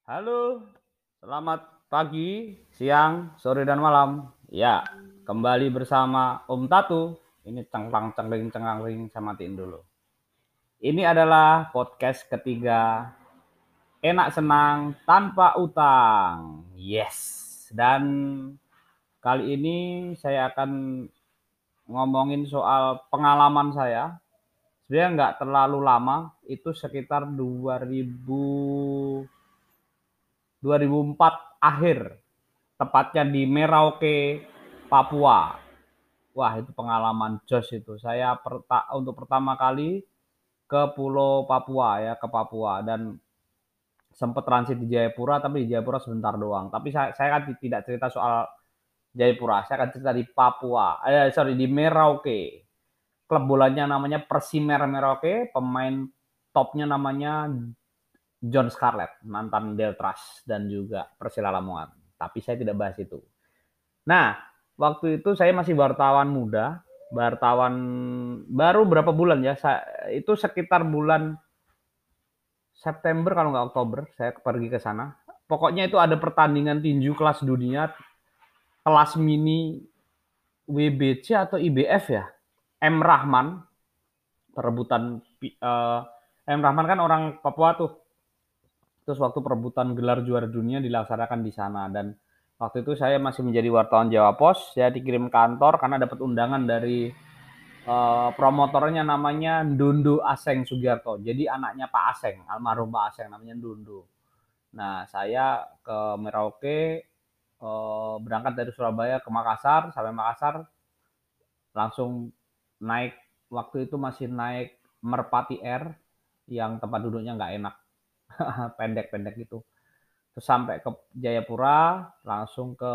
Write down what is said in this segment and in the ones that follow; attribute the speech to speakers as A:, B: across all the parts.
A: Halo, selamat pagi, siang, sore, dan malam. Ya, kembali bersama Om Tatu. Ini cengklang cengkling cengkling saya matiin dulu. Ini adalah podcast ketiga, enak senang tanpa utang. Yes, dan kali ini saya akan ngomongin soal pengalaman saya. Sebenarnya nggak terlalu lama, itu sekitar 2004 akhir, tepatnya di Merauke, Papua. Wah, itu pengalaman jos itu. Saya untuk pertama kali ke Pulau Papua ya, ke Papua, dan sempat transit di Jayapura, tapi di Jayapura sebentar doang. Tapi saya kan tidak cerita soal Jayapura, saya akan cerita di Papua. Sorry, di Merauke. Klub bolanya namanya Persimer Merauke, pemain topnya namanya John Scarlett, mantan Deltras dan juga Persela Lamongan. Tapi saya tidak bahas itu. Nah, waktu itu saya masih wartawan muda, wartawan baru berapa bulan ya, itu sekitar bulan September kalau nggak Oktober, saya pergi ke sana. Pokoknya itu ada pertandingan tinju kelas dunia, kelas mini WBC atau IBF ya. M. Rahman, perebutan M. Rahman kan orang Papua tuh. Terus waktu perebutan gelar juara dunia dilaksanakan di sana, dan waktu itu saya masih menjadi wartawan Jawa Pos. Saya dikirim kantor karena dapat undangan dari promotornya namanya Ndondo Aseng Sugiarto. Jadi anaknya Pak Aseng, almarhum Pak Aseng, namanya Ndondo. Nah, saya ke Merauke, berangkat dari Surabaya ke Makassar, sampai Makassar langsung naik, waktu itu masih naik Merpati Air yang tempat duduknya nggak enak, pendek-pendek gitu. Terus sampai ke Jayapura, langsung ke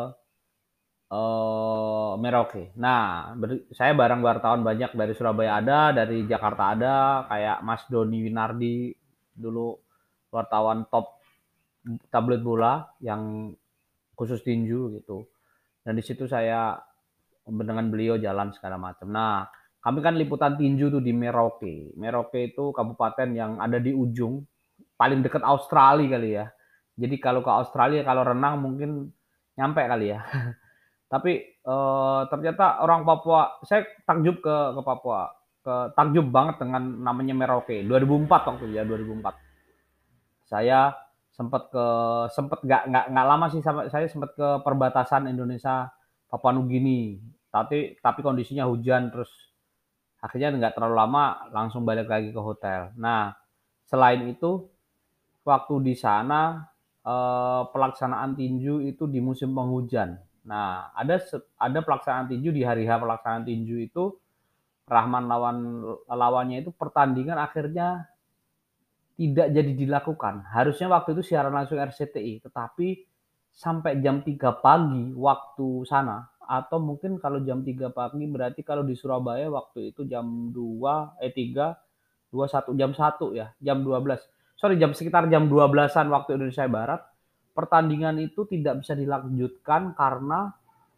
A: Merauke. Nah, saya bareng wartawan banyak dari Surabaya ada, dari Jakarta ada, kayak Mas Doni Winardi, dulu wartawan top tabloid bola yang khusus tinju gitu. Dan di situ saya dengan beliau jalan segala macam. Nah, kami kan liputan tinju tuh di Merauke. Merauke itu kabupaten yang ada di ujung, paling dekat Australia kali ya. Jadi kalau ke Australia, kalau renang mungkin nyampe kali ya. Tapi ternyata orang Papua, saya takjub ke Papua, takjub banget dengan namanya Merauke. 2004 waktu ya, 2004. Saya sempat nggak lama sih, saya sempat ke perbatasan Indonesia Papua Nugini. Tapi kondisinya hujan, terus akhirnya nggak terlalu lama langsung balik lagi ke hotel. Nah, selain itu waktu di sana pelaksanaan tinju itu di musim penghujan. Nah, ada pelaksanaan tinju di hari H, pelaksanaan tinju itu Rahman lawannya itu pertandingan akhirnya tidak jadi dilakukan. Harusnya waktu itu siaran langsung RCTI, tetapi sampai jam 3 pagi waktu sana, atau mungkin kalau jam 3 pagi berarti kalau di Surabaya waktu itu jam 2, 3, 21, jam 1 ya, jam 12. Sorry, sekitar jam 12-an waktu Indonesia Barat, pertandingan itu tidak bisa dilanjutkan karena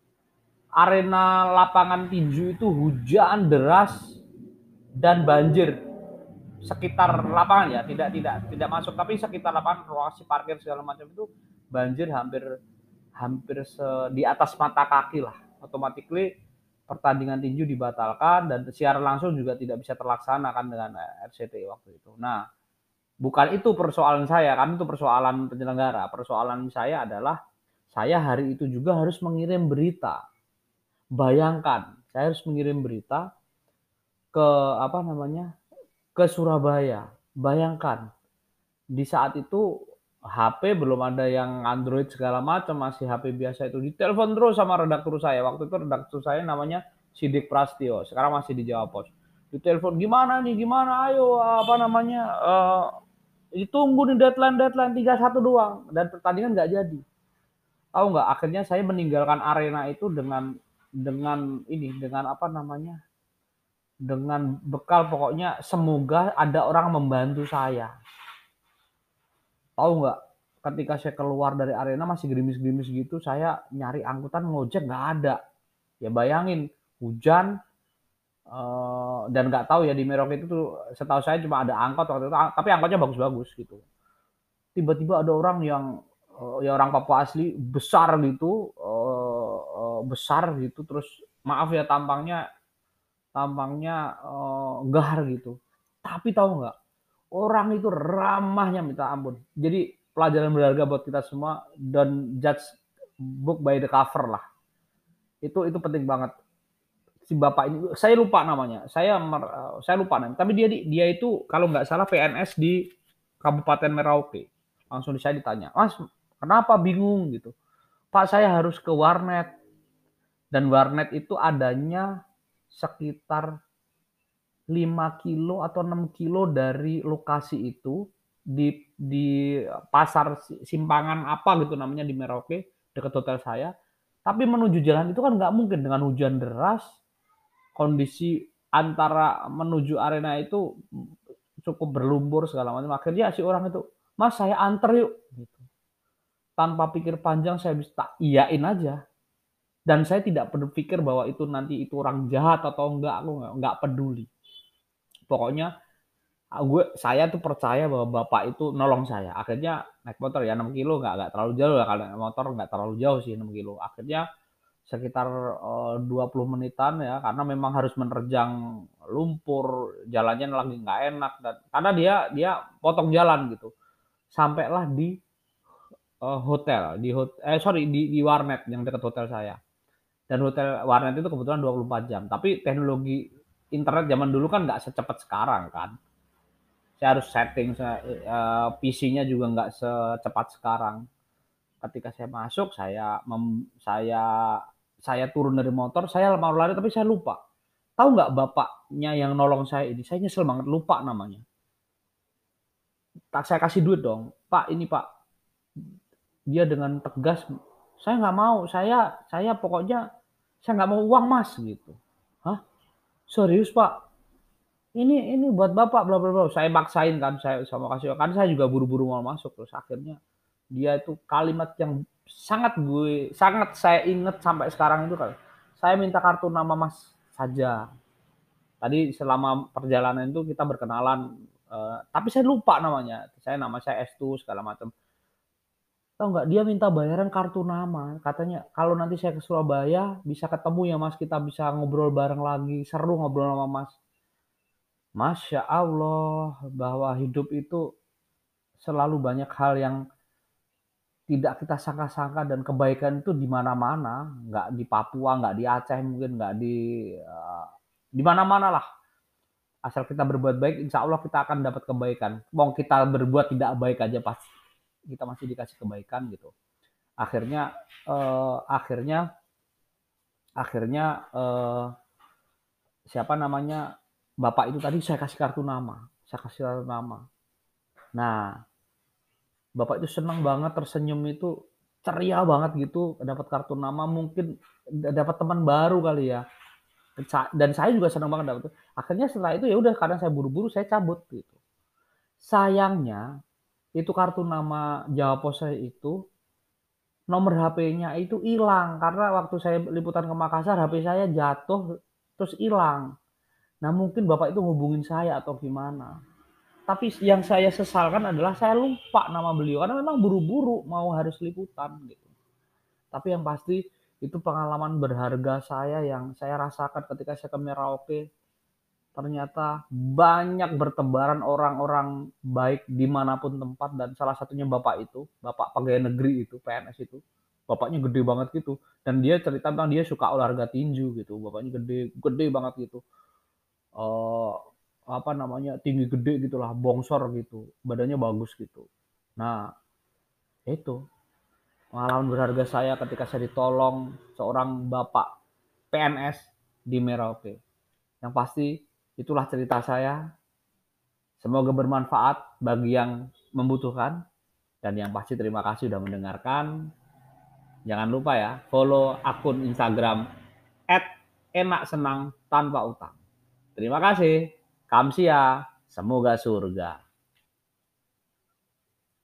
A: arena lapangan tinju itu hujan deras dan banjir sekitar lapangan ya, tidak masuk, tapi sekitar lapangan, ruang parkir segala macam itu banjir hampir hampir di atas mata kaki lah. Automatically pertandingan tinju dibatalkan dan siaran langsung juga tidak bisa terlaksana kan dengan RCTI waktu itu. Nah, bukan itu persoalan saya, kan itu persoalan penyelenggara. Persoalan saya adalah saya hari itu juga harus mengirim berita. Bayangkan, saya harus mengirim berita ke apa namanya, ke Surabaya. Bayangkan, di saat itu HP belum ada yang Android segala macam, masih HP biasa itu. Ditelepon terus sama redaktur saya. Waktu itu redaktur saya namanya Sidik Prastio, sekarang masih di Jawa Pos. Ditelepon, gimana nih, gimana, ayo apa namanya, ditunggu nih deadline 31 doang, dan pertandingan nggak jadi. Tahu nggak? Akhirnya saya meninggalkan arena itu dengan apa namanya, dengan bekal pokoknya semoga ada orang membantu saya. Tahu nggak, ketika saya keluar dari arena masih gerimis-gerimis gitu, saya nyari angkutan ngojek nggak ada. Ya bayangin, hujan, dan nggak tahu ya di Merauke itu tuh, setahu saya cuma ada angkot waktu itu, tapi angkotnya bagus-bagus gitu. tiba-tiba ada orang yang ya orang Papua asli besar gitu, besar gitu, terus maaf ya tampangnya tampangnya gahar gitu. Tapi tahu nggak, orang itu ramahnya minta ampun. Jadi pelajaran berharga buat kita semua, don't judge book by the cover lah. Itu penting banget. Si bapak ini, saya lupa namanya, saya lupa namanya. Tapi dia itu kalau nggak salah PNS di Kabupaten Merauke. Langsung saya ditanya, Mas, kenapa bingung gitu? Pak, saya harus ke warnet, dan warnet itu adanya sekitar 5 kilo atau 6 kilo dari lokasi itu, di pasar simpangan apa gitu namanya di Merauke, dekat hotel saya. Tapi menuju jalan itu kan nggak mungkin dengan hujan deras, kondisi antara menuju arena itu cukup berlumpur segala macam. Akhirnya si orang itu, Mas saya anter yuk. Gitu. Tanpa pikir panjang saya bisa tak iyain aja. Dan saya tidak berpikir bahwa itu nanti itu orang jahat atau enggak, aku enggak peduli. Pokoknya saya tuh percaya bahwa bapak itu nolong saya. Akhirnya naik motor ya 6 kilo nggak terlalu jauh ya, kalau naik motor nggak terlalu jauh sih 6 kilo. Akhirnya sekitar 20 menitan ya, karena memang harus menerjang lumpur, jalannya lagi nggak enak, dan karena dia potong jalan gitu. Sampailah di hotel, di warnet yang dekat hotel saya. Dan hotel warnet itu kebetulan 24 jam. Tapi teknologi internet zaman dulu kan nggak secepat sekarang kan. Saya harus setting PC-nya juga nggak secepat sekarang. Ketika saya masuk, saya turun dari motor, saya mau lari tapi saya lupa. Tahu nggak bapaknya yang nolong saya ini? Saya nyesel banget, lupa namanya. Tak saya kasih duit dong, Pak ini Pak. Dia dengan tegas, saya nggak mau, saya pokoknya saya nggak mau uang Mas gitu. Hah? Serius Pak? Ini buat bapak bla bla bla. Saya maksain kan, saya sama kasih kan, saya juga buru-buru mau masuk, terus akhirnya dia itu kalimat yang sangat saya ingat sampai sekarang itu kan, saya minta kartu nama Mas saja. Tadi selama perjalanan itu kita berkenalan, tapi saya lupa namanya. Nama saya Estu segala macam. Tahu nggak, dia minta bayaran kartu nama. Katanya kalau nanti saya ke Surabaya bisa ketemu ya Mas, kita bisa ngobrol bareng lagi, seru ngobrol sama Mas. Masya Allah, bahwa hidup itu selalu banyak hal yang tidak kita sangka-sangka, dan kebaikan itu di mana-mana, nggak di Papua, nggak di Aceh, mungkin nggak di mana-mana lah. Asal kita berbuat baik, insya Allah kita akan dapat kebaikan. Mau kita berbuat tidak baik aja pasti kita masih dikasih kebaikan gitu. Akhirnya, eh, akhirnya, akhirnya siapa namanya, bapak itu tadi saya kasih kartu nama, Nah, bapak itu senang banget, tersenyum itu ceria banget gitu, dapat kartu nama, mungkin dapat teman baru kali ya. Dan saya juga senang banget dapat. Akhirnya setelah itu ya udah, karena saya buru-buru saya cabut gitu. Sayangnya itu kartu nama Jawa Pos saya itu, nomor HP-nya itu hilang karena waktu saya liputan ke Makassar HP saya jatuh terus hilang. Nah, mungkin bapak itu hubungin saya atau gimana. Tapi yang saya sesalkan adalah saya lupa nama beliau karena memang buru-buru mau harus liputan gitu. Tapi yang pasti itu pengalaman berharga saya yang saya rasakan ketika saya ke Merauke. Ternyata banyak bertebaran orang-orang baik dimanapun tempat, dan salah satunya bapak itu, bapak pegawai negeri itu, PNS itu. Bapaknya gede banget gitu, dan dia cerita tentang dia suka olahraga tinju gitu. Bapaknya gede, gede banget gitu. eh Apa namanya, tinggi gede gitulah, bongsor gitu, badannya bagus gitu. Nah, itu pengalaman berharga saya ketika saya ditolong seorang bapak PNS di Merauke. Yang pasti itulah cerita saya. Semoga bermanfaat bagi yang membutuhkan, dan yang pasti terima kasih sudah mendengarkan. Jangan lupa ya, follow akun Instagram @enaksenang tanpa utang. Terima kasih. Kamsia, semoga surga.